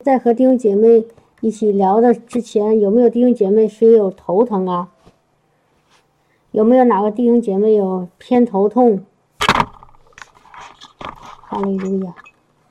在和弟兄姐妹一起聊的之前，有没有弟兄姐妹谁有头疼啊？有没有哪个弟兄姐妹有偏头痛？哈利路亚，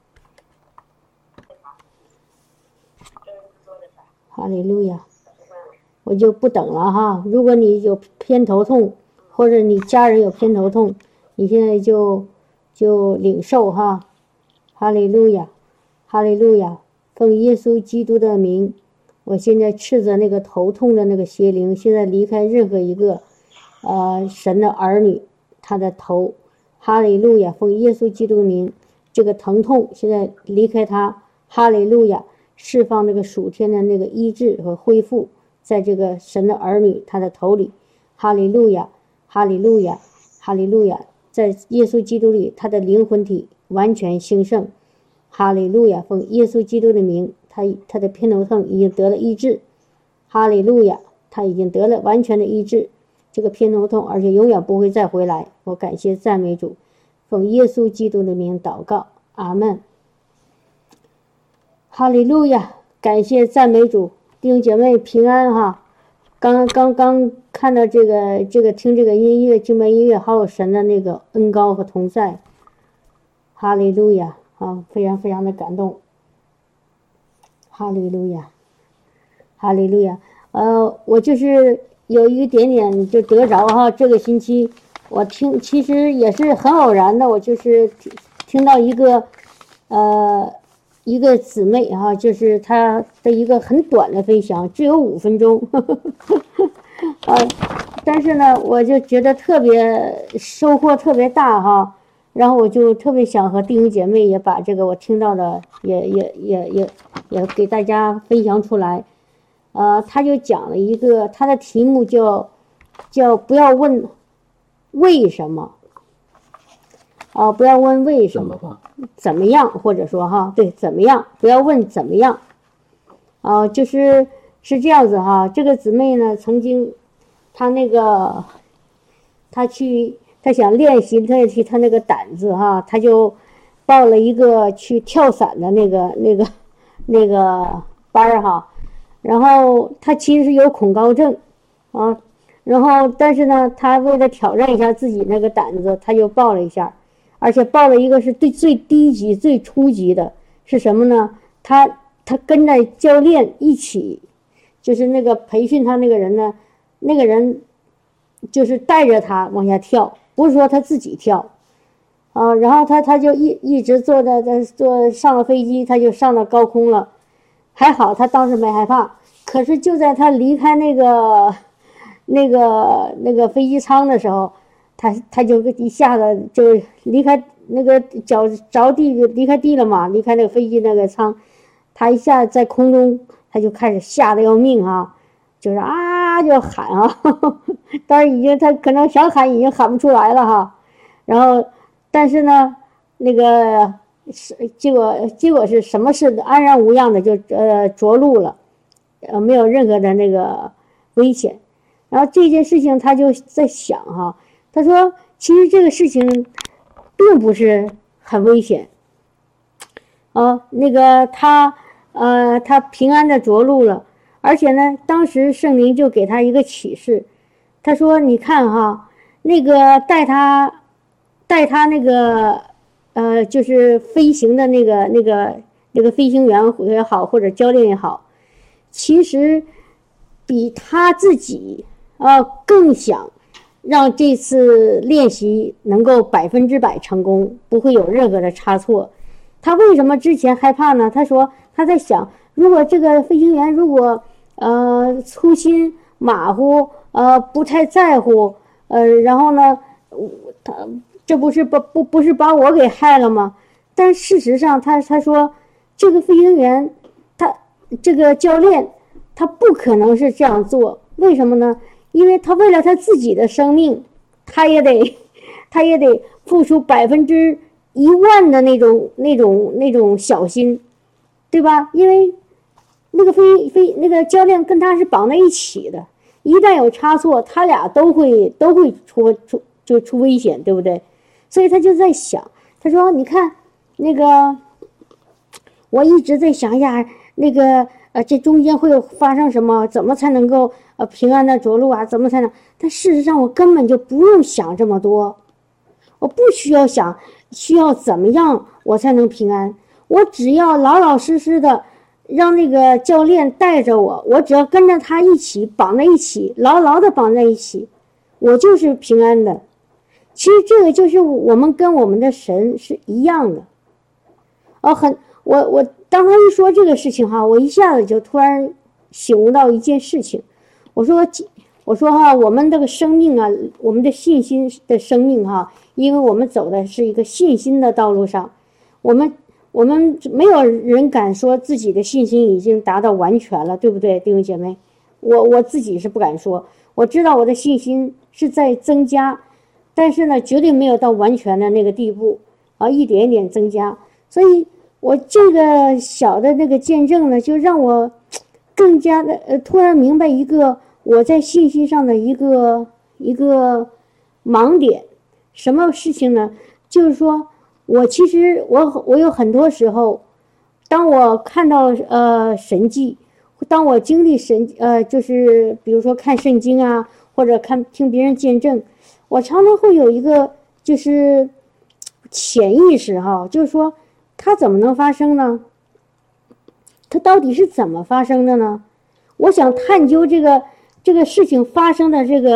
哈利路亚！我就不等了哈。如果你有偏头痛，或者你家人有偏头痛，你现在就领受哈。哈利路亚，哈利路亚！奉耶稣基督的名，我现在斥责那个头痛的那个邪灵，现在离开任何一个神的儿女他的头。哈利路亚！奉耶稣基督的名，这个疼痛现在离开他。哈利路亚！释放那个属天的那个医治和恢复，在这个神的儿女他的头里。哈利路亚，哈利路亚，哈利路亚！在耶稣基督里，他的灵魂体完全兴盛。哈利路亚！奉耶稣基督的名，他的偏头痛已经得了医治。哈利路亚！他已经得了完全的医治，这个偏头痛，而且永远不会再回来。我感谢赞美主，奉耶稣基督的名祷告，阿门。哈利路亚！感谢赞美主，弟兄姐妹平安哈。刚看到这个听这个音乐，敬拜音乐，好有神的那个恩膏和同在。哈利路亚啊，非常非常的感动。哈利路亚，哈利路亚。我就是有一点点就得着哈，这个星期我其实也是很偶然的，我就是听到一个姊妹哈，就是她的一个很短的分享，只有5分钟，但是呢，我就觉得特别收获特别大哈，然后我就特别想和弟兄姐妹也把这个我听到的也给大家分享出来。他就讲了一个，他的题目叫不要问为什么。不要问为什么，怎么样，或者说哈，对，怎么样，不要问怎么样，是这样子哈。这个姊妹呢，曾经，她想练习她那个胆子哈，她就报了一个去跳伞的那个班儿哈，然后她其实是有恐高症啊，然后但是呢，她为了挑战一下自己那个胆子，她就报了一下。而且报了一个是最低级最初级的，是什么呢？他跟着教练一起，就是那个培训他那个人呢，那个人就是带着他往下跳，不是说他自己跳然后他就一直上了飞机，他就上到高空了，还好他当时没害怕。可是就在他离开那个飞机舱的时候，他就一下子就离开那个脚着地，离开地了嘛，离开那个飞机那个舱，他一下在空中，他就开始吓得要命啊，就是就喊当然他可能想喊已经喊不出来了哈，然后但是呢，那个结果是什么事安然无恙的就着陆了，没有任何的那个危险。然后这件事情他就在想哈。他说其实这个事情并不是很危险他平安的着陆了，而且呢当时圣灵就给他一个启示，他说你看哈，那个带他那个就是飞行的那个飞行员也好，或者教练也好，其实比他自己更想让这次练习能够100%成功，不会有任何的差错。他为什么之前害怕呢？他说他在想，如果这个飞行员如果粗心马虎不太在乎然后呢这不是把我给害了吗？但事实上他说这个飞行员这个教练他不可能是这样做，为什么呢？因为他为了他自己的生命，他也得付出10000%的那种小心，对吧？因为那个那个教练跟他是绑在一起的，一旦有差错，他俩都会出危险，对不对？所以他就在想，他说你看那个我一直在想呀， 那个这中间会有发生什么，怎么才能够平安的着陆啊，怎么才能？但事实上我根本就不用想这么多，我不需要想需要怎么样我才能平安，我只要老老实实的让那个教练带着我，我只要跟着他一起绑在一起，牢牢的绑在一起，我就是平安的。其实这个就是我们跟我们的神是一样的。我当他一说这个事情哈，我一下子就突然醒悟到一件事情。我说哈，我们这个生命啊，我们的信心的生命哈，因为我们走的是一个信心的道路上，我们没有人敢说自己的信心已经达到完全了，对不对，弟兄姐妹？我自己是不敢说，我知道我的信心是在增加，但是呢，绝对没有到完全的那个地步啊，一点一点增加。所以我这个小的那个见证呢，就让我更加的突然明白一个我在信心上的一个盲点。什么事情呢？就是说我其实我有很多时候，当我看到神迹，当我经历就是比如说看圣经啊，或者听别人见证，我常常会有一个就是潜意识哈，就是说它怎么能发生呢？它到底是怎么发生的呢？我想探究这个事情发生的这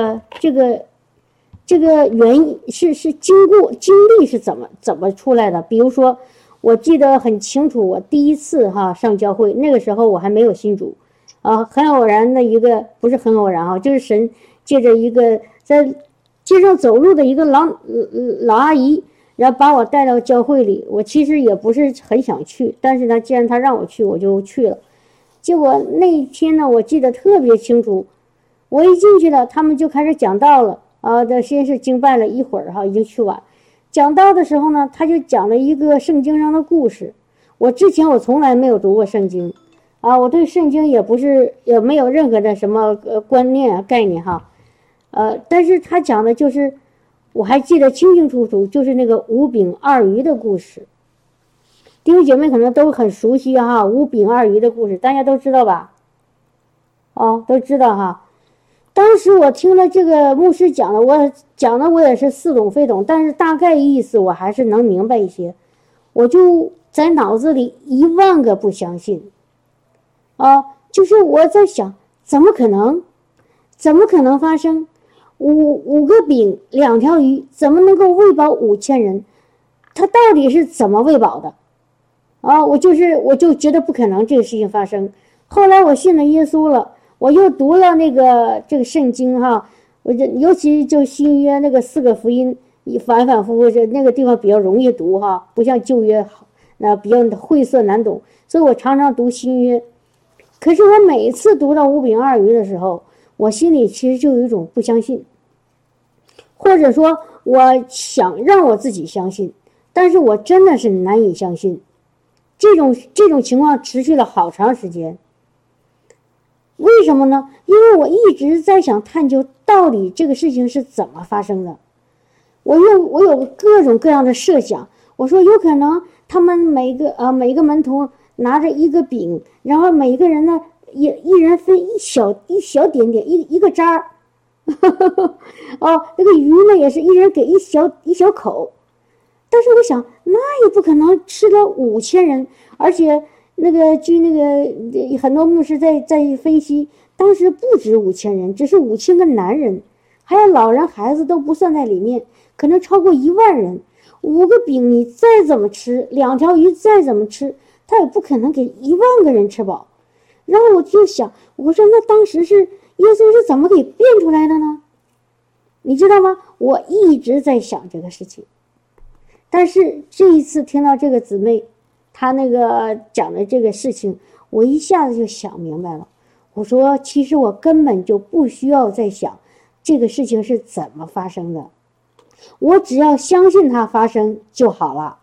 个原因是经历是怎么出来的。比如说我记得很清楚，我第一次上教会，那个时候我还没有信主很偶然的一个，不是很偶然啊，就是神借着一个在街上走路的一个老阿姨，然后把我带到教会里。我其实也不是很想去，但是呢，既然他让我去，我就去了。结果那一天呢，我记得特别清楚，我一进去了，他们就开始讲道了先是敬拜了一会儿已经去晚。讲道的时候呢，他就讲了一个圣经上的故事。之前我从来没有读过圣经我对圣经也没有任何的什么观念概念但是他讲的就是我还记得清清楚楚，就是那个五饼二鱼的故事。弟兄姐妹可能都很熟悉五饼二鱼的故事，大家都知道吧？都知道当时我听了这个牧师讲的，我也是似懂非懂，但是大概意思我还是能明白一些。我就在脑子里10000个不相信就是我在想，怎么可能发生五个饼2条鱼，怎么能够喂饱5000人？他到底是怎么喂饱的我就觉得不可能这个事情发生。后来我信了耶稣了，我又读了这个圣经尤其就新约那个4个福音，反反复复那个地方比较容易读不像旧约比较晦涩难懂，所以我常常读新约。可是我每次读到五饼二鱼的时候，我心里其实就有一种不相信，或者说我想让我自己相信，但是我真的是难以相信。这种情况持续了好长时间。为什么呢？因为我一直在想探究到底这个事情是怎么发生的。我有各种各样的设想，我说有可能他们每个门徒拿着一个饼，然后每个人呢也一人分一小点点一个渣儿那个鱼呢也是一人给一小口。但是我想那也不可能吃了5000人，而且据很多牧师在分析，当时不止5000人，只是5000个男人，还有老人孩子都不算在里面，可能超过10000人。5个饼你再怎么吃，2条鱼再怎么吃，他也不可能给10000个人吃饱。然后我就想，我说那当时耶稣是怎么给变出来的呢？你知道吗？我一直在想这个事情。但是这一次听到这个姊妹她讲的这个事情，我一下子就想明白了。我说其实我根本就不需要再想这个事情是怎么发生的，我只要相信它发生就好了。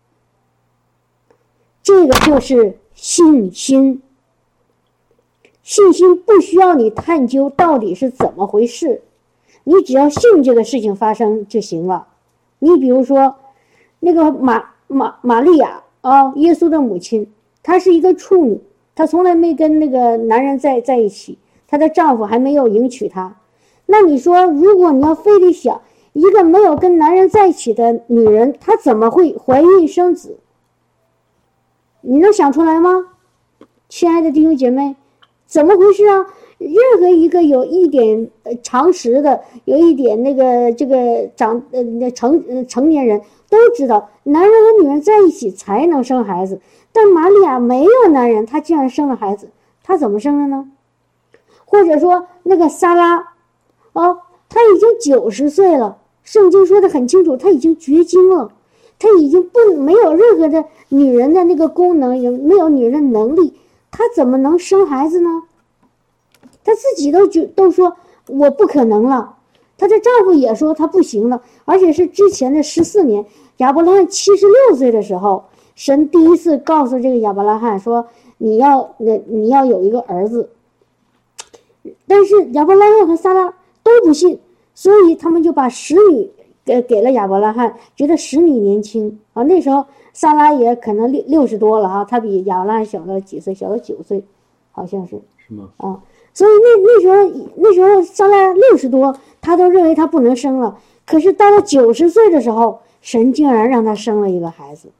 这个就是信心。信心不需要你探究到底是怎么回事，你只要信这个事情发生就行了。你比如说那个玛利亚耶稣的母亲，她是一个处女， 她从来没跟那个男人在一起，她的丈夫还没有迎娶她。那你说，如果你要非得想一个没有跟男人在一起的女人，她怎么会怀孕生子？你能想出来吗？亲爱的弟兄姐妹，怎么回事啊？任何一个有一点常识的，有一点这个成年人都知道，男人和女人在一起才能生孩子。但玛利亚没有男人，她竟然生了孩子，她怎么生的呢？或者说那个撒拉，她已经90岁了，圣经说的很清楚，她已经绝经了，她已经没有任何的女人的那个功能，也没有女人的能力，她怎么能生孩子呢？她自己都说我不可能了，她的丈夫也说她不行了，而且是之前的14年，亚伯拉罕76岁的时候，神第一次告诉这个亚伯拉罕说你要有一个儿子。但是亚伯拉罕和撒拉都不信，所以他们就把使女给了亚伯拉罕，觉得使女年轻啊。那时候撒拉也可能60多了哈，她比亚伯拉罕小了几岁，小了9岁，好像是。 是吗？ 啊，所以那时候撒拉60多，他都认为他不能生了。可是到了90岁的时候，神竟然让他生了一个孩子。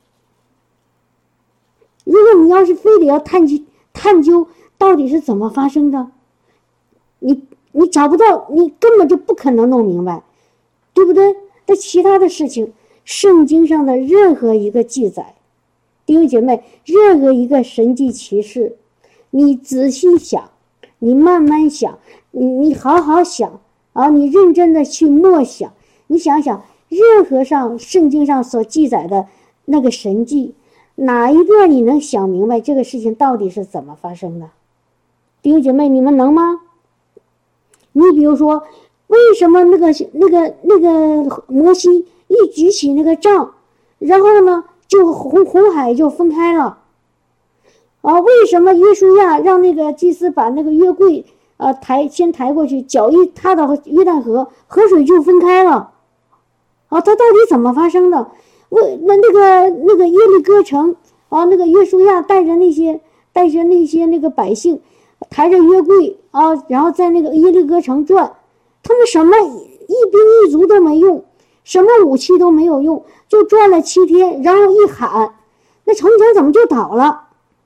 如果你要是非得要探究到底是怎么发生的，你找不到，你根本就不可能弄明白，对不对？那其他的事情，圣经上的任何一个记载，弟兄姐妹，任何一个神迹奇事，你仔细想，你慢慢想，你好好想啊，你认真的去默想，你想想任何圣经上所记载的那个神迹，哪一个你能想明白这个事情到底是怎么发生的？弟兄姐妹，你们能吗？你比如说，为什么那个摩西一举起那个杖，然后呢就红海就分开了？为什么约书亚让那个祭司把那个约柜先抬过去，脚一踏到约旦河，河水就分开了？它到底怎么发生的？那个耶利哥城那个约书亚带着那些那个百姓，抬着约柜然后在那个耶利哥城转，他们什么一兵一卒都没用，什么武器都没有用，就转了7天，然后一喊，那城墙怎么就倒了？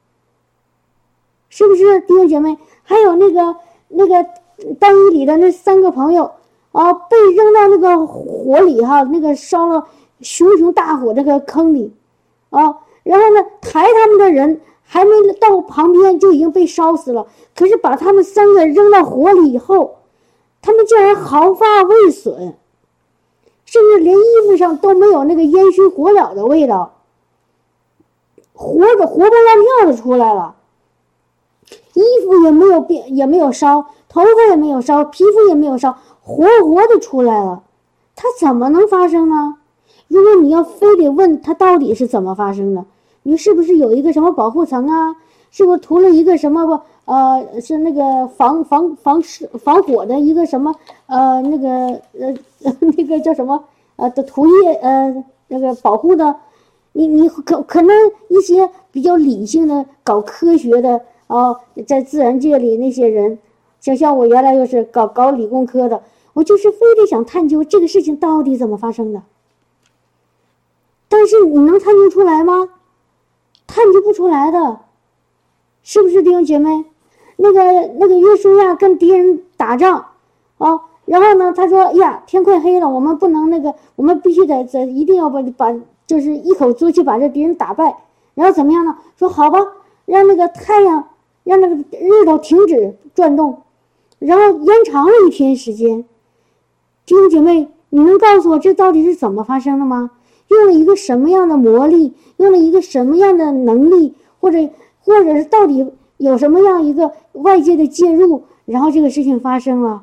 是不是弟兄姐妹？还有那个单一里的那3个朋友被扔到那个火里那个烧了熊熊大火这个坑里然后呢抬他们的人还没到旁边就已经被烧死了，可是把他们3个扔到火里以后，他们竟然毫发未损，甚至连衣服上都没有那个烟熏火燎的味道，活蹦乱跳的出来了，衣服也没有变，也没有烧，头发也没有烧，皮肤也没有烧，活的出来了。它怎么能发生呢？如果你要非得问它到底是怎么发生的，你是不是有一个什么保护层啊？是不是涂了一个什么是那个防火的一个什么那个叫什么的涂液那个保护的？你可能一些比较理性的搞科学的在自然界里那些人，像我原来又是搞理工科的，我就是非得想探究这个事情到底怎么发生的。但是你能探究出来吗？探究不出来的，是不是弟兄姐妹？那个约书亚跟敌人打仗然后呢他说呀天快黑了，我们不能我们必须得一定要把就是一口气去把这敌人打败。然后怎么样呢？说好吧，让那个太阳，让那个日头停止转动，然后延长了1天时间。弟兄姐妹，你能告诉我这到底是怎么发生的吗？用了一个什么样的魔力，用了一个什么样的能力，或者是到底有什么样一个外界的介入，然后这个事情发生了？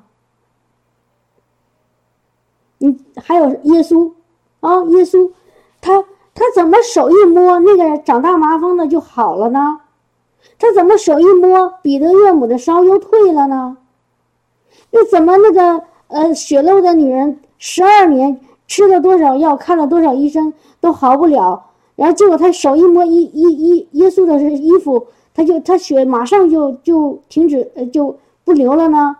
还有耶稣耶稣他怎么手一摸那个长大麻风的就好了呢？他怎么手一摸彼得岳母的烧又退了呢？又怎么那个血漏的女人12年吃了多少药，看了多少医生都好不了，然后结果他手一摸耶稣的衣服， 他血马上就停止就不流了呢？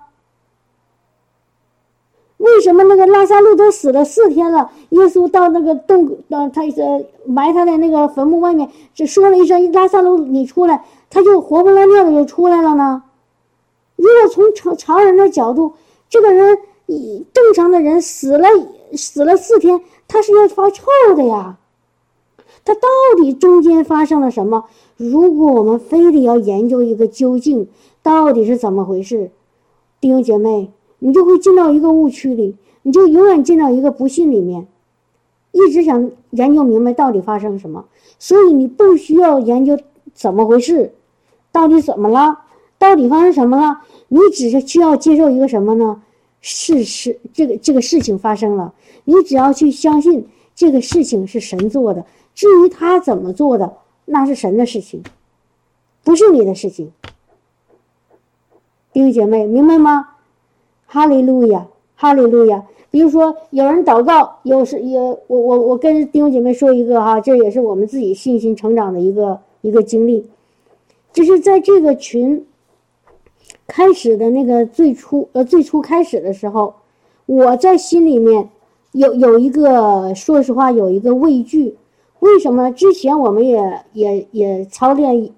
为什么那个拉撒路都死了4天了，耶稣到那个他埋他的那个坟墓外面，只说了一声拉撒路你出来，他就活蹦乱跳的就出来了呢？如果从常人的角度，这个人正常的人死了4天，他是要发臭的呀。他到底中间发生了什么？如果我们非得要研究一个究竟，到底是怎么回事，弟兄姐妹，你就会进到一个误区里，你就永远进到一个不信里面，一直想研究明白到底发生什么。所以你不需要研究怎么回事，到底怎么了，到底发生什么了，你只是需要接受一个什么呢？事实，这个事情发生了，你只要去相信这个事情是神做的，至于他怎么做的，那是神的事情，不是你的事情。弟兄姐妹，明白吗？哈利路亚，哈利路亚。比如说有人祷告，我跟弟兄姐妹说一个哈，这也是我们自己信心成长的一个经历，就是在这个群开始的那个最初开始的时候，我在心里面有一个，说实话有一个畏惧。为什么？之前我们也操练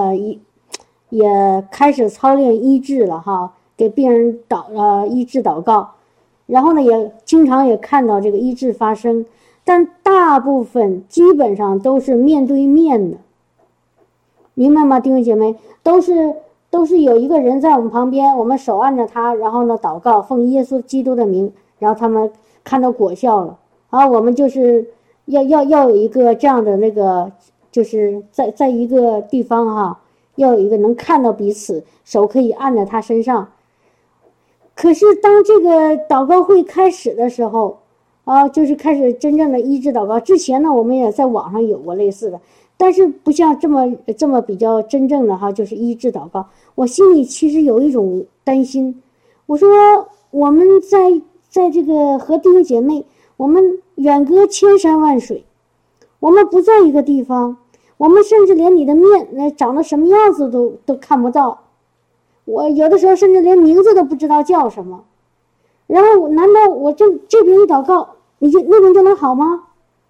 也开始操练医治了哈，给病人医治祷告，然后呢也经常也看到这个医治发生，但大部分基本上都是面对面的，明白吗？弟兄姐妹，都是有一个人在我们旁边，我们手按着他，然后呢祷告，奉耶稣基督的名，然后他们看到果效了啊，我们就是要有一个这样的那个，就是在一个地方哈，要有一个能看到彼此，手可以按在他身上。可是当这个祷告会开始的时候啊，就是开始真正的医治祷告之前呢，我们也在网上有过类似的，但是不像这么比较真正的哈，就是医治祷告。我心里其实有一种担心，我说我们在这个和弟兄姐妹，我们远隔千山万水，我们不在一个地方，我们甚至连你的面长得什么样子都看不到，我有的时候甚至连名字都不知道叫什么。然后难道我这边一祷告，你就那边就能好吗？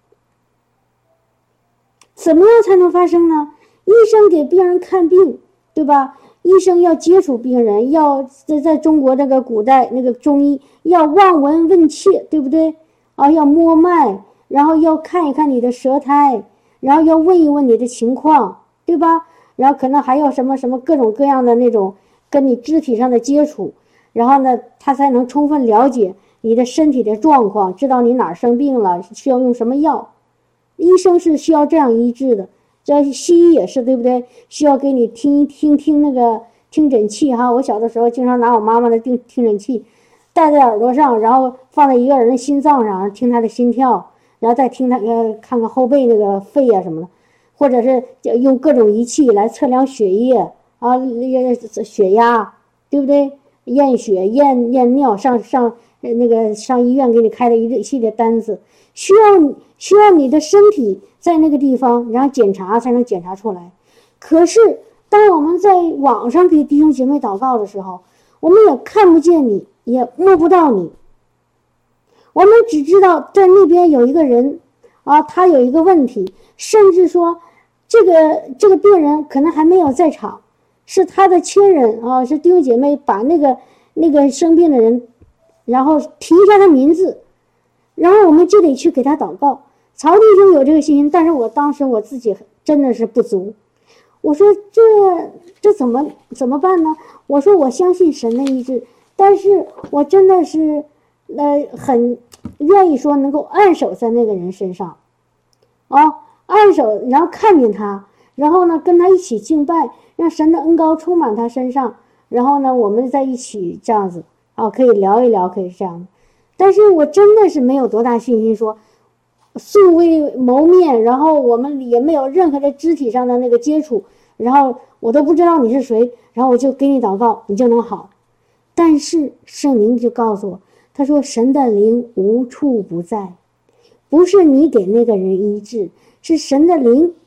怎么样才能发生呢？医生给病人看病，对吧？医生要接触病人，要在中国这个古代那个中医要望闻问切，对不对啊？要摸脉，然后要看一看你的舌苔，然后要问一问你的情况，对吧？然后可能还要什么各种各样的那种跟你肢体上的接触，然后呢他才能充分了解你的身体的状况，知道你哪儿生病了，需要用什么药。医生是需要这样医治的，这西医也是，对不对？需要给你听那个听诊器哈。我小的时候经常拿我妈妈的听诊器戴在耳朵上，然后放在一个人的心脏上听他的心跳，然后再听他看看后背那个肺啊什么的，或者是用各种仪器来测量血液啊，血压，对不对？验血验尿，上医院给你开了一系列单子，需要你的身体在那个地方，然后检查才能检查出来。可是当我们在网上给弟兄姐妹祷告的时候，我们也看不见你，也摸不到你，我们只知道在那边有一个人啊，他有一个问题，甚至说这个病人可能还没有在场，是他的亲人啊，是弟兄姐妹把那个生病的人，然后提一下他名字，然后我们就得去给他祷告。曹弟兄有这个信心，但是我当时我自己真的是不足。我说这怎么办呢？我说我相信神的医治，但是我真的是很愿意说能够按手在那个人身上啊，按手，然后看见他，然后呢跟他一起敬拜，让神的恩膏充满他身上，然后呢我们在一起这样子啊，可以聊一聊，可以这样。但是我真的是没有多大信心说素未谋面，然后我们也没有任何的肢体上的那个接触，然后我都不知道你是谁，然后我就给你祷告，你就能好。但是圣灵就告诉我，他说神的灵无处不在，不是你给那个人医治，是神的灵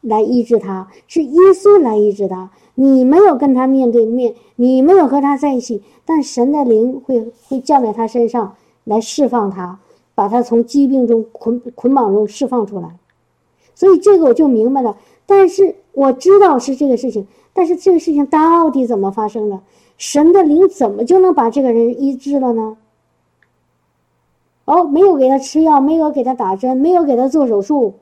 来医治他，是耶稣来医治他。你没有跟他面对面，你没有和他在一起，但神的灵会降在他身上来释放他，把他从疾病中捆绑中释放出来。所以这个我就明白了，但是我知道是这个事情，但是这个事情到底怎么发生的？神的灵怎么就能把这个人医治了呢？没有给他吃药，没有给他打针，没有给他做手术，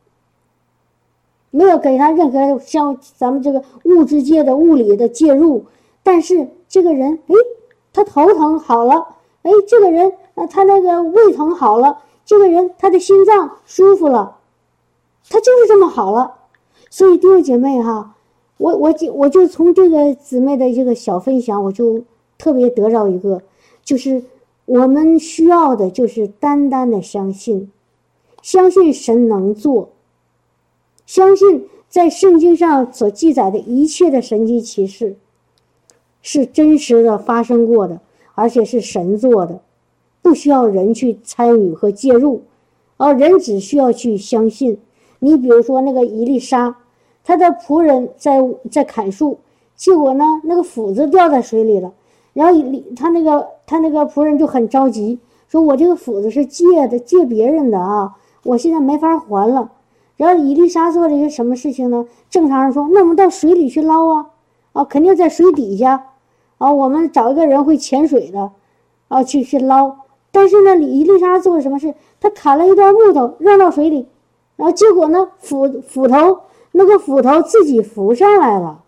没有给他任何像咱们这个物质界的物理的介入，但是这个人他头疼好了，这个人他那个胃疼好了，这个人他的心脏舒服了，他就是这么好了。所以弟兄姐妹哈，我就从这个姊妹的这个小分享，我就特别得到一个，就是我们需要的就是单单的相信神能做，相信在圣经上所记载的一切的神迹奇事是真实的发生过的，而且是神做的，不需要人去参与和介入，人只需要去相信。你比如说那个以利沙，他的仆人在砍树，结果呢那个斧子掉在水里了，然后他那个仆人就很着急，说我这个斧子是借别人的啊，我现在没法还了。然后以利沙做了一个什么事情呢？正常人说，那我们到水里去捞啊，肯定在水底下啊，我们找一个人会潜水的啊，去捞。但是呢，以利沙做了什么事？他砍了一段木头扔到水里，然后结果呢，那个斧头自己浮上来了。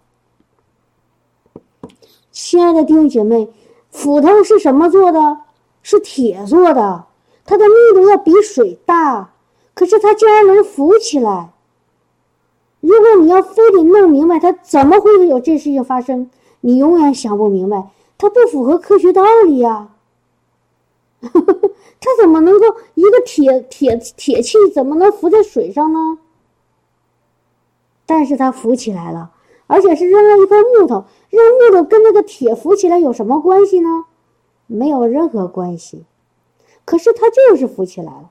亲爱的弟兄姐妹，斧头是什么做的？是铁做的，它的密度要比水大，可是它竟然能浮起来。如果你要非得弄明白它怎么会有这事情发生，你永远想不明白，它不符合科学道理呀。它怎么能够一个铁器怎么能浮在水上呢？但是它浮起来了，而且是扔了一块木头，扔木头跟那个铁浮起来有什么关系呢？没有任何关系，可是它就是浮起来了。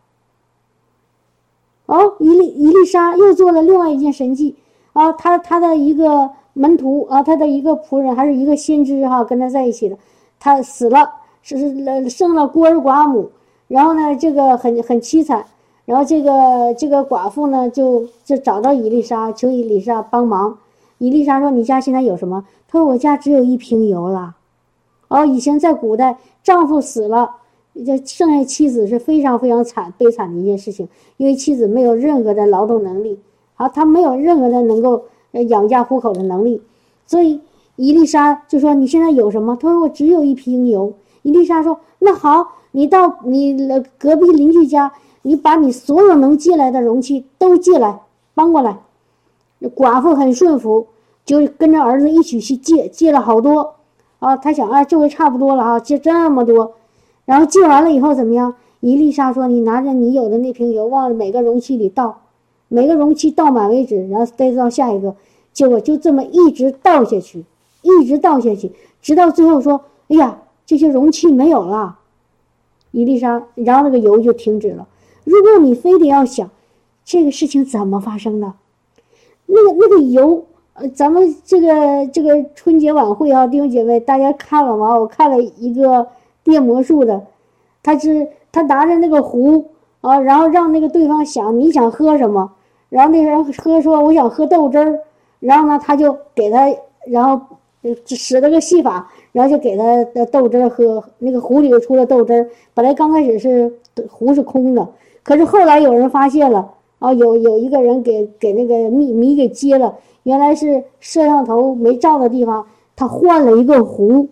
以利沙又做了另外一件神迹啊，他的一个门徒啊，他的一个仆人还是一个先知哈，跟他在一起的，他死了，生了孤儿寡母，然后呢，这个很凄惨，然后这个寡妇呢就找到以利沙，求以利沙帮忙。以利沙说：“你家现在有什么？”他说：“我家只有一瓶油了。”以前在古代，丈夫死了，这剩下妻子是非常非常悲惨的一件事情，因为妻子没有任何的劳动能力，她没有任何的能够养家糊口的能力，所以以利沙就说：“你现在有什么？”他说：“我只有一瓶油。”以利沙说：“那好，你到你隔壁邻居家，你把你所有能借来的容器都借来，搬过来。”寡妇很顺服，就跟着儿子一起去借了好多他想这回差不多了借这么多。然后借完了以后怎么样？以利沙说：“你拿着你有的那瓶油，往每个容器里倒，每个容器倒满为止，然后再倒下一个。”结果就这么一直倒下去，直到最后说：“哎呀，这些容器没有了。”以利沙，然后那个油就停止了。如果你非得要想这个事情怎么发生的，那个油，咱们这个春节晚会弟兄姐妹，大家看了吗？我看了一个变魔术的，他拿着那个壶然后让那个对方想你想喝什么，然后那个人说我想喝豆汁儿，然后呢他就给他，然后使了个戏法，然后就给他的豆汁儿喝，那个壶里就出了豆汁儿。本来刚开始壶是空的，可是后来有人发现了有一个人给那个米给接了，原来是摄像头没照的地方，他换了一个壶。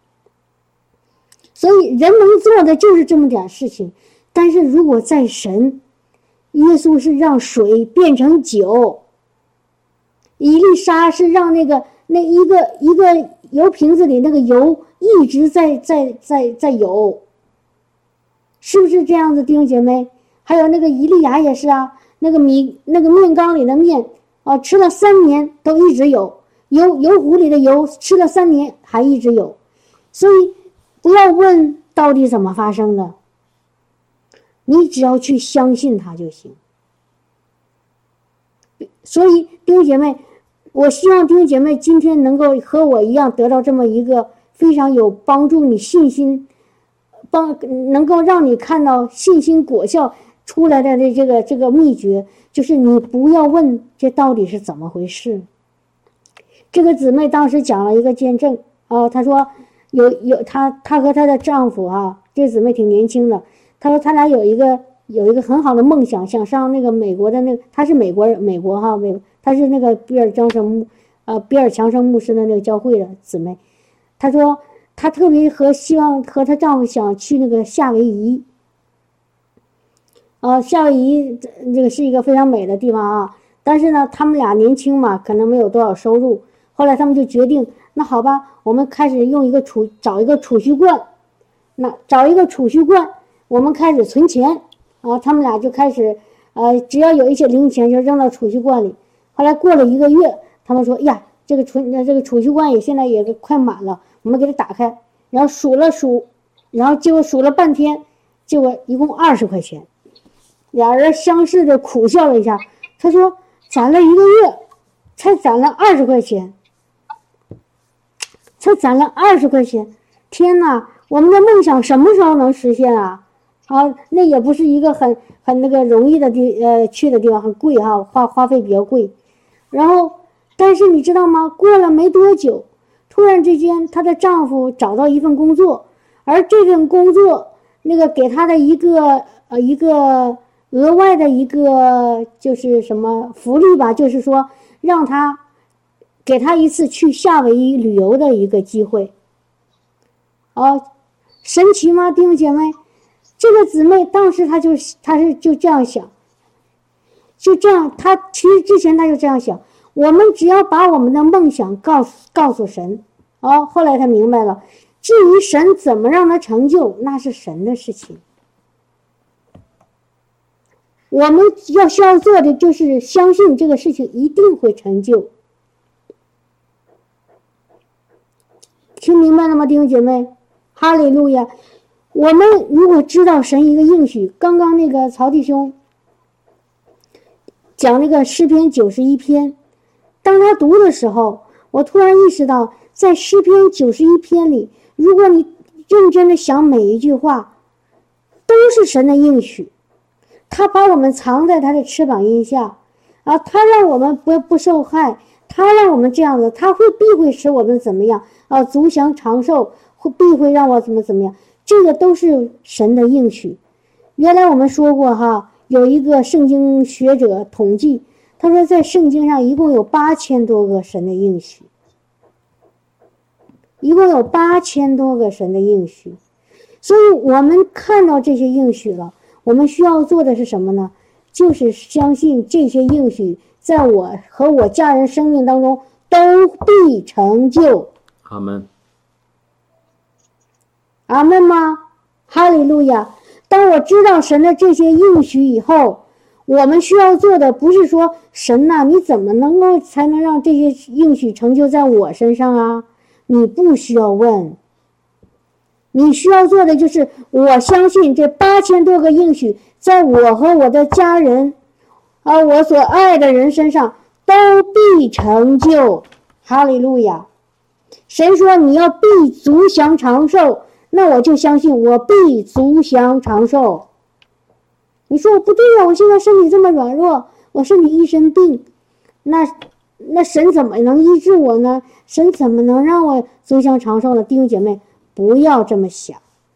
所以人能做的就是这么点事情，但是如果在神，耶稣是让水变成酒，以利沙是让那一个油瓶子里那个油一直在有，是不是这样子，弟兄姐妹？还有那个以利亚也是那个面缸里的面吃了3年都一直有，油壶里的油吃了3年还一直有。所以不要问到底怎么发生的，你只要去相信它就行。 所以弟兄姐妹，我希望弟兄姐妹今天能够和我一样得到这么一个非常有帮助你信心，能够让你看到信心果效出来的这个秘诀，就是你不要问这到底是怎么回事。这个姊妹当时讲了一个见证她说她和她的丈夫这个姊妹挺年轻的，她说她俩有一个很好的梦想，想上那个美国的她是美国她是那个比尔强生牧师的那个教会的姊妹。她说她特别希望和她丈夫想去那个夏威夷夏威夷这个是一个非常美的地方但是呢他们俩年轻嘛，可能没有多少收入，后来他们就决定，那好吧，我们开始找一个储蓄罐，我们开始存钱他们俩就开始只要有一些零钱就扔到储蓄罐里。后来过了1个月，他们说呀，这个储蓄罐现在也快满了，我们给它打开，然后数，然后结果数了半天，结果一共20块钱。俩人相视着苦笑了一下，他说攒了1个月才攒了20块钱，天哪，我们的梦想什么时候能实现啊？那也不是一个很那个容易的去的地方，很贵花费比较贵。然后但是你知道吗，过了没多久，突然之间她的丈夫找到一份工作，而这份工作那个给她的一个额外的一个就是什么福利吧，就是说给她一次去夏威夷旅游的一个机会。神奇吗，弟兄姐妹？这个姊妹当时她就这样想，她其实之前她就这样想，我们只要把我们的梦想告诉神。后来她明白了，至于神怎么让她成就，那是神的事情。我们需要做的就是相信这个事情一定会成就。听明白了吗，弟兄姐妹？哈利路亚！我们如果知道神一个应许，刚刚那个曹弟兄讲那个诗篇91篇，当他读的时候，我突然意识到，在诗篇91篇里，如果你认真的想每一句话，都是神的应许。他把我们藏在他的翅膀荫下他让我们不受害，他让我们这样子，他必会使我们怎么样足享长寿，必会让我怎么样，这个都是神的应许。原来我们说过有一个圣经学者统计，他说在圣经上一共有8000多个神的应许，所以我们看到这些应许了，我们需要做的是什么呢？就是相信这些应许在我和我家人生命当中都必成就。 阿们。 阿们吗？哈利路亚！当我知道神的这些应许以后，我们需要做的不是说神你怎么才能让这些应许成就在我身上你不需要问，你需要做的就是我相信这8000多个应许在我和我的家人我所爱的人身上都必成就。哈利路亚！神说你要必足享长寿，那我就相信我必足享长寿。你说我不对我现在身体这么软弱，我身体一身病，那神怎么能医治我呢？神怎么能让我足享长寿呢？弟兄姐妹，不要这么想，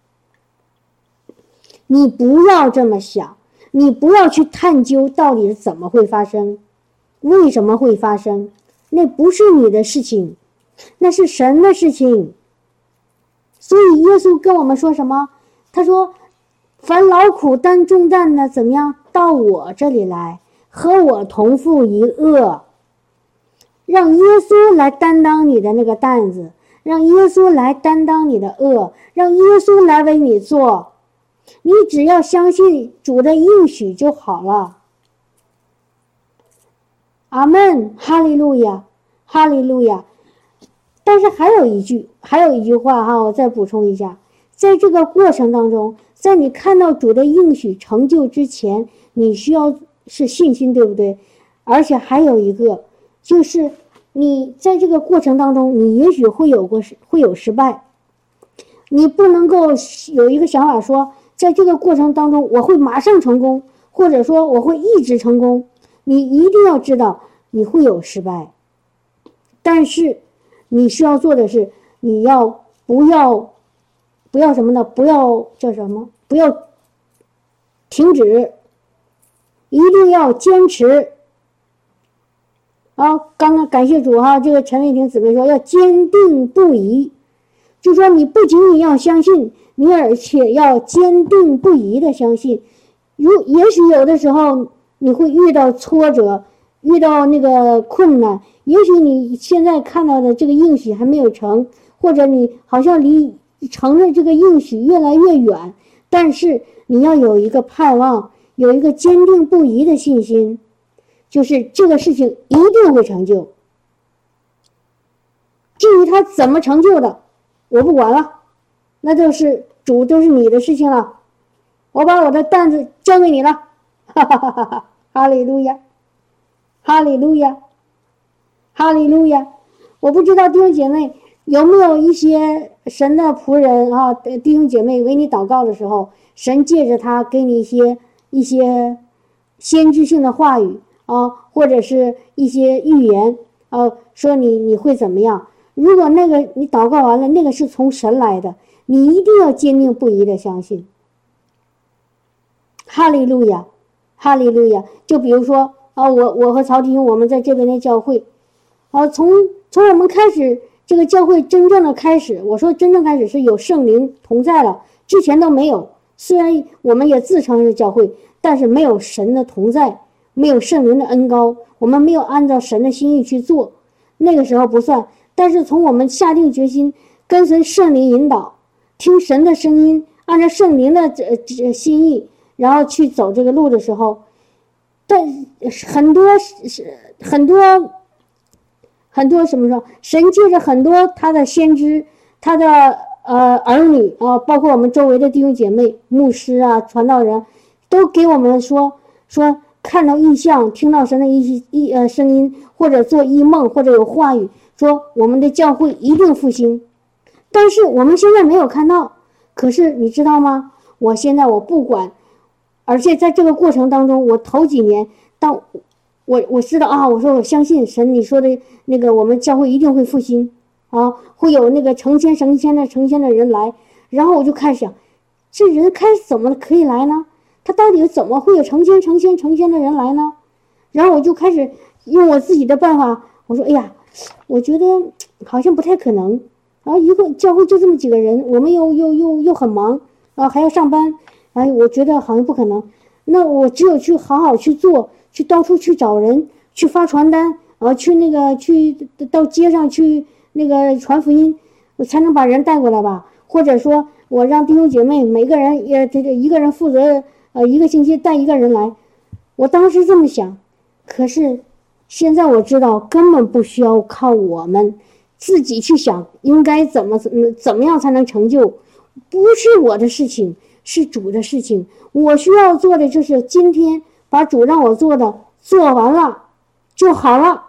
你不要这么想，你不要去探究到底是怎么会发生，为什么会发生，那不是你的事情，那是神的事情。所以耶稣跟我们说什么？他说凡劳苦担重担的怎么样，到我这里来，和我同负一轭，让耶稣来担当你的那个担子，让耶稣来担当你的轭，让耶稣来为你做，你只要相信主的应许就好了。阿们，哈利路亚，哈利路亚。但是还有一句话我再补充一下，在这个过程当中，在你看到主的应许成就之前，你需要是信心，对不对？ 而且还有一个，就是你在这个过程当中，你也许会有失败，你不能够有一个想法说，在这个过程当中我会马上成功，或者说我会一直成功。你一定要知道你会有失败，但是你需要做的是，你要不要什么呢？不要叫什么？不要停止，一定要坚持。刚刚感谢主哈，这个陈伟婷姊妹说要坚定不移，就说你不仅仅要相信，你而且要坚定不移的相信。也许有的时候你会遇到挫折，遇到那个困难，也许你现在看到的这个应许还没有成，或者你好像离成了这个应许越来越远，但是你要有一个盼望，有一个坚定不移的信心，就是这个事情一定会成就。至于他怎么成就的，我不管了，那就是主，都是你的事情了，我把我的担子交给你了，哈哈哈哈哈！哈利路亚，哈利路亚，哈利路亚！我不知道弟兄姐妹有没有一些神的仆人啊，弟兄姐妹为你祷告的时候，神借着他给你一些先知性的话语啊，或者是一些预言啊，说你会怎么样？如果那个你祷告完了，那个是从神来的，你一定要坚定不移的相信。哈利路亚，哈利路亚！就比如说我和曹弟兄我们在这边的教会，从我们开始这个教会真正的开始，我说真正开始是有圣灵同在了，之前都没有。虽然我们也自称是教会，但是没有神的同在，没有圣灵的恩膏，我们没有按照神的心意去做，那个时候不算。但是从我们下定决心跟随圣灵引导，听神的声音，按照圣灵的心意，然后去走这个路的时候，但很多什么说，神借着很多他的先知，他的儿女啊，包括我们周围的弟兄姐妹、牧师啊、传道人，都给我们说看到异象，听到神的声音，或者做异梦，或者有话语，说我们的教会一定复兴。但是我们现在没有看到，可是你知道吗？我不管，而且在这个过程当中，我头几年，当我知道啊，我说我相信神，你说的那个我们教会一定会复兴啊，会有那个成千的人来，然后我就开始想，这人开始怎么可以来呢？他到底怎么会有成千的人来呢？然后我就开始用我自己的办法，我说哎呀，我觉得好像不太可能啊，一个教会就这么几个人，我们又很忙啊，还要上班，哎，我觉得好像不可能。那我只有去好好去做，去到处去找人，去发传单啊，去到街上去那个传福音，我才能把人带过来吧。或者说我让弟兄姐妹每个人一个人负责一个星期带一个人来。我当时这么想，可是现在我知道根本不需要靠我们自己去想应该怎么样才能成就，不是我的事情，是主的事情。我需要做的就是今天把主让我做的做完了就好了。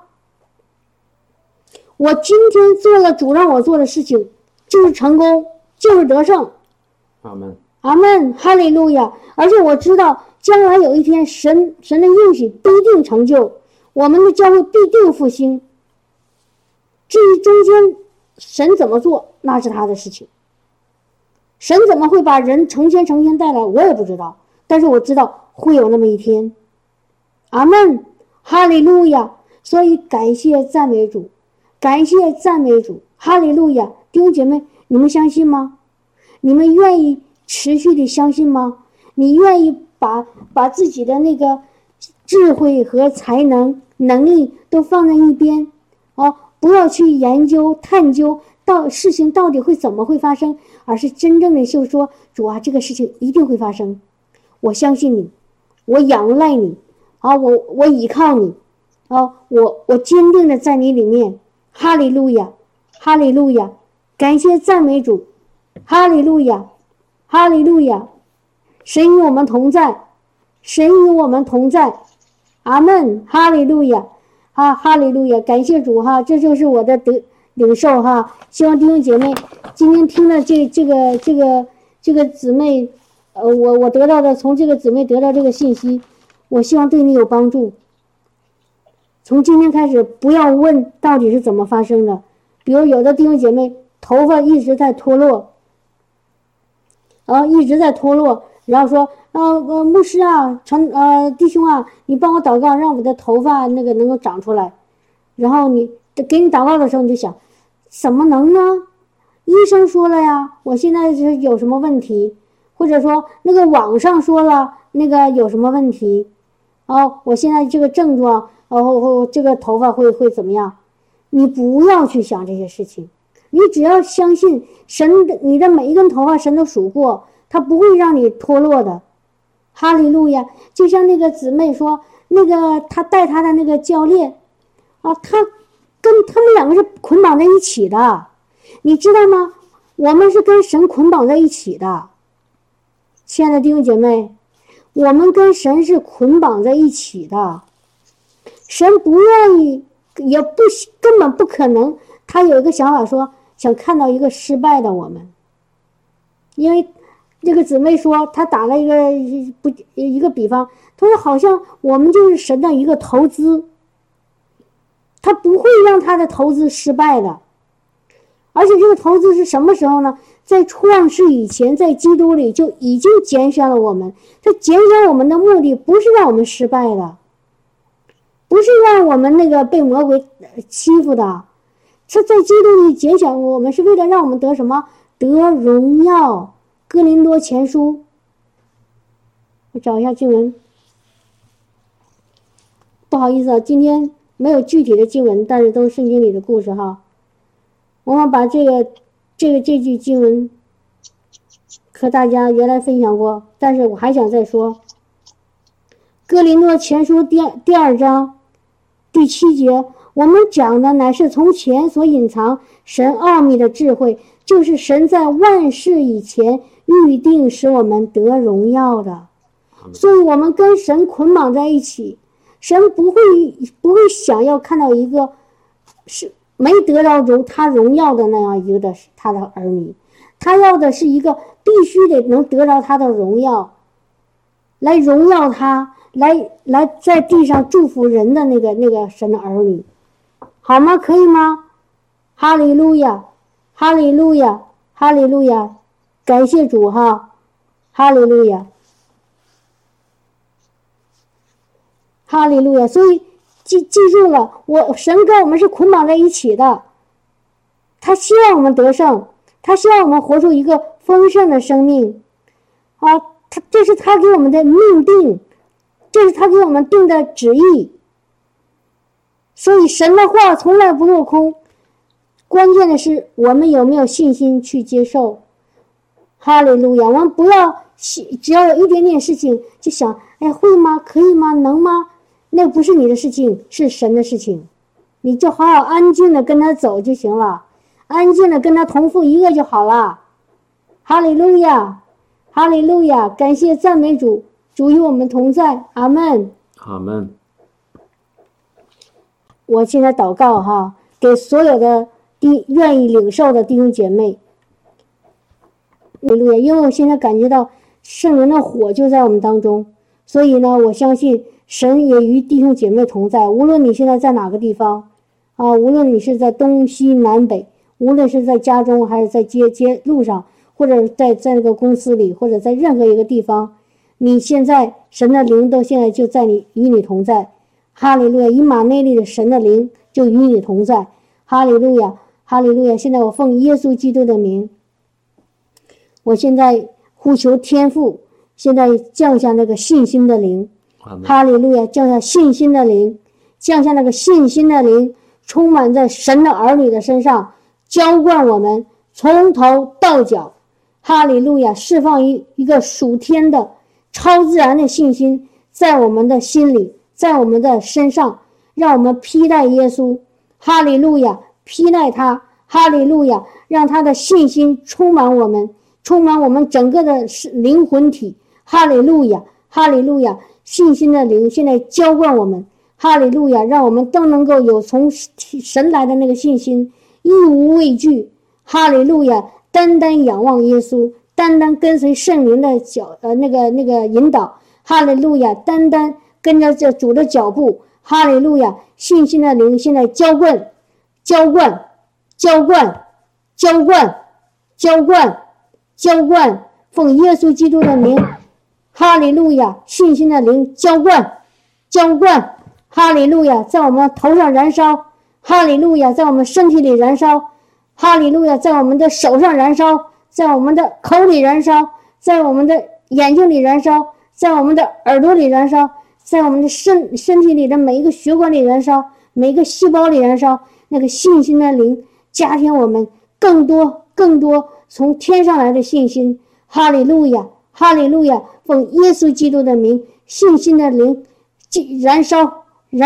我今天做了主让我做的事情，就是成功，就是得胜。 阿门， 阿门，哈利路亚！而且我知道将来有一天神的应许必定成就，我们的教会必定复兴。至于中间神怎么做，那是他的事情。神怎么会把人成千带来，我也不知道，但是我知道会有那么一天。阿门，哈利路亚！所以感谢赞美主，感谢赞美主，哈利路亚！弟兄姐妹，你们相信吗？你们愿意持续的相信吗？你愿意把自己的那个智慧和才能力都放在一边不要去研究探究事情到底怎么会发生，而是真正的就说，主啊，这个事情一定会发生，我相信你，我仰赖你我倚靠你我坚定的在你里面。哈利路亚，哈利路亚！感谢赞美主，哈利路亚，哈利路亚！神与我们同在，神与我们同在， 阿门，哈利路亚，哈利路亚，感谢主哈，这就是我的领受哈。希望弟兄姐妹今天听了这个姊妹，我得到的从这个姊妹得到这个信息，我希望对你有帮助。从今天开始，不要问到底是怎么发生的。比如有的弟兄姐妹头发一直在脱落，一直在脱落，然后说牧师啊，弟兄啊，你帮我祷告，让我的头发那个能够长出来。然后给你祷告的时候，你就想，怎么能呢？医生说了呀，我现在是有什么问题？或者说那个网上说了那个有什么问题？我现在这个症状，这个头发会怎么样？你不要去想这些事情，你只要相信神的，你的每一根头发神都数过，他不会让你脱落的。哈利路亚！就像那个姊妹说，那个他带他的那个教练他们两个是捆绑在一起的，你知道吗？我们是跟神捆绑在一起的，亲爱的弟兄姐妹，我们跟神是捆绑在一起的。神不愿意，根本不可能，他有一个想法说，想看到一个失败的我们。因为这个姊妹说，她打了一个比方，她说好像我们就是神的一个投资，他不会让他的投资失败的。而且这个投资是什么时候呢？在创世以前，在基督里就已经拣选了我们。他拣选我们的目的不是让我们失败的，不是让我们那个被魔鬼欺负的。他在基督里拣选我们，是为了让我们得什么？得荣耀。哥林多前书，我找一下经文。不好意思今天没有具体的经文，但是都是圣经里的故事哈。我们把这句经文和大家原来分享过，但是我还想再说。哥林多前书第2章第7节，我们讲的乃是从前所隐藏神奥秘的智慧，就是神在万事以前预定使我们得荣耀的。所以我们跟神捆绑在一起，神不会想要看到一个是没得到他荣耀的那样一个他的儿女，他要的是一个必须得能得到他的荣耀，来荣耀他，来在地上祝福人的那个神的儿女，好吗？可以吗？哈利路亚，哈利路亚，哈利路亚，感谢主哈，哈利路亚，哈利路亚。所以记住了，神跟我们是捆绑在一起的，他希望我们得胜，他希望我们活出一个丰盛的生命这是他给我们的命定，这是他给我们定的旨意。所以神的话从来不落空，关键的是我们有没有信心去接受。哈利路亚！我们不要只要有一点点事情就想，会吗？可以吗？能吗？那不是你的事情，是神的事情，你就好好安静的跟他走就行了，安静的跟他同负一个就好了。哈利路亚，哈利路亚！感谢赞美主，主与我们同在，阿们， 阿们。 我现在祷告哈，给所有的愿意领受的弟兄姐妹，哈利路亚！因为我现在感觉到圣灵的火就在我们当中，所以呢，我相信神也与弟兄姐妹同在。无论你现在在哪个地方无论你是在东西南北，无论是在家中还是在街路上，或者在那个公司里，或者在任何一个地方，你现在神的灵都现在就在与你同在。哈利路亚！以马内利的神的灵就与你同在。哈利路亚，哈利路亚！现在我奉耶稣基督的名，我现在呼求天父，现在降下那个信心的灵。哈利路亚！降下信心的灵，降下那个信心的灵，充满在神的儿女的身上，浇灌我们从头到脚。哈利路亚！释放一个属天的超自然的信心在我们的心里，在我们的身上，让我们披戴耶稣。哈利路亚！披戴他。哈利路亚！让他的信心充满我们，充满我们整个的灵魂体。哈利路亚，哈利路亚！ 信心的灵现在浇灌我们，哈利路亚，让我们都能够有从神来的那个信心，一无畏惧，哈利路亚，单单仰望耶稣，单单跟随圣灵的那个引导，哈利路亚，单单跟着这主的脚步，哈利路亚，信心的灵现在浇灌，奉耶稣基督的名，哈利路亚，信心的灵浇灌，哈利路亚，在我们头上燃烧，哈利路亚，在我们身体里燃烧，哈利路亚，在我们的手上燃烧，在我们的口里燃烧，在我们的眼睛里燃烧，在我们的耳朵里燃烧，在我们的身体里的每一个血管里燃烧，每一个细胞里燃烧，那个信心的灵加添我们更多从天上来的信心，哈利路亚，哈利路亚，奉耶稣基督的名，信心的灵燃烧，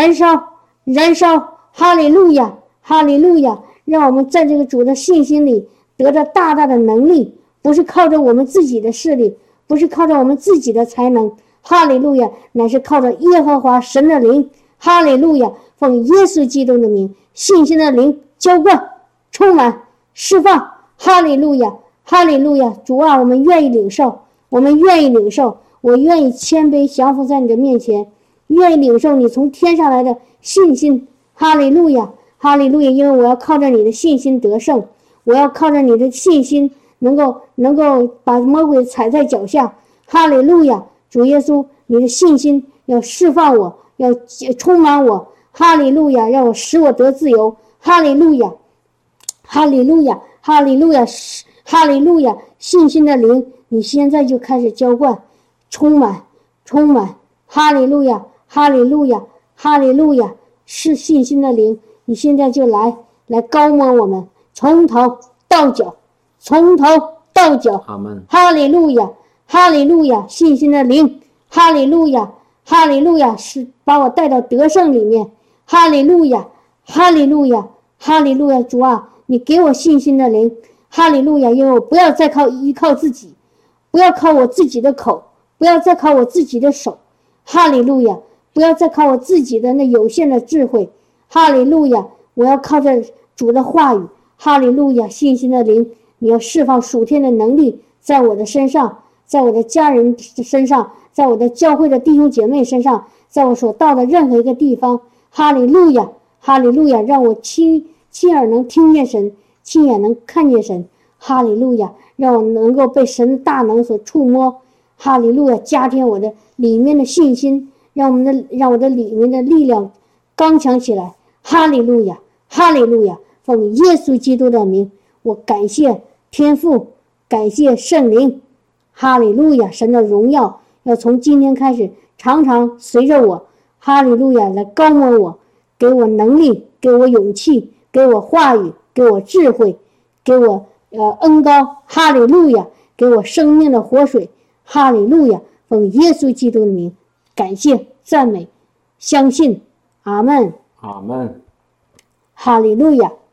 哈利路亚，哈利路亚，让我们在这个主的信心里得着大大的能力，不是靠着我们自己的势力，不是靠着我们自己的才能，哈利路亚，乃是靠着耶和华神的灵，哈利路亚，奉耶稣基督的名，信心的灵浇灌，充满，释放，哈利路亚，哈利路亚，主啊，我们愿意领受，我愿意谦卑降服在你的面前，愿意领受你从天上来的信心，哈利路亚，哈利路亚，因为我要靠着你的信心得胜，我要靠着你的信心能够把魔鬼踩在脚下，哈利路亚，主耶稣，你的信心要释放我，要充满我，哈利路亚，让我使我得自由，哈利路亚，哈利路亚，哈利路亚，哈利路亚，信心的灵你现在就开始浇灌，充满，哈利路亚，哈利路亚，哈利路亚，是信心的灵你现在就来膏抹我们，从头到脚， 阿们， 哈利路亚，哈利路亚，信心的灵，哈利路亚，哈利路亚，是把我带到得胜里面，哈利路亚，哈利路亚，哈利路亚，主啊，你给我信心的灵，哈利路亚，因为我不要再依靠自己，不要靠我自己的口，不要再靠我自己的手，哈利路亚，不要再靠我自己的那有限的智慧，哈利路亚，我要靠着主的话语，哈利路亚，信心的灵你要释放属天的能力在我的身上，在我的家人身上，在我的教会的弟兄姐妹身上，在我所到的任何一个地方，哈利路亚，哈利路亚，让我亲耳能听见神，亲眼能看见神，哈利路亚，让我能够被神的大能所触摸，哈利路亚，加添我的里面的信心，让我的里面的力量刚强起来，哈利路亚，哈利路亚，奉耶稣基督的名，我感谢天父，感谢圣灵，哈利路亚，神的荣耀要从今天开始常常随着我，哈利路亚，来膏抹我，给我能力，给我勇气，给我话语，给我智慧，给我恩膏，哈利路亚，给我生命的活水，哈利路亚，奉耶稣基督的名，感谢赞美相信，阿们， 阿们， 哈利路亚。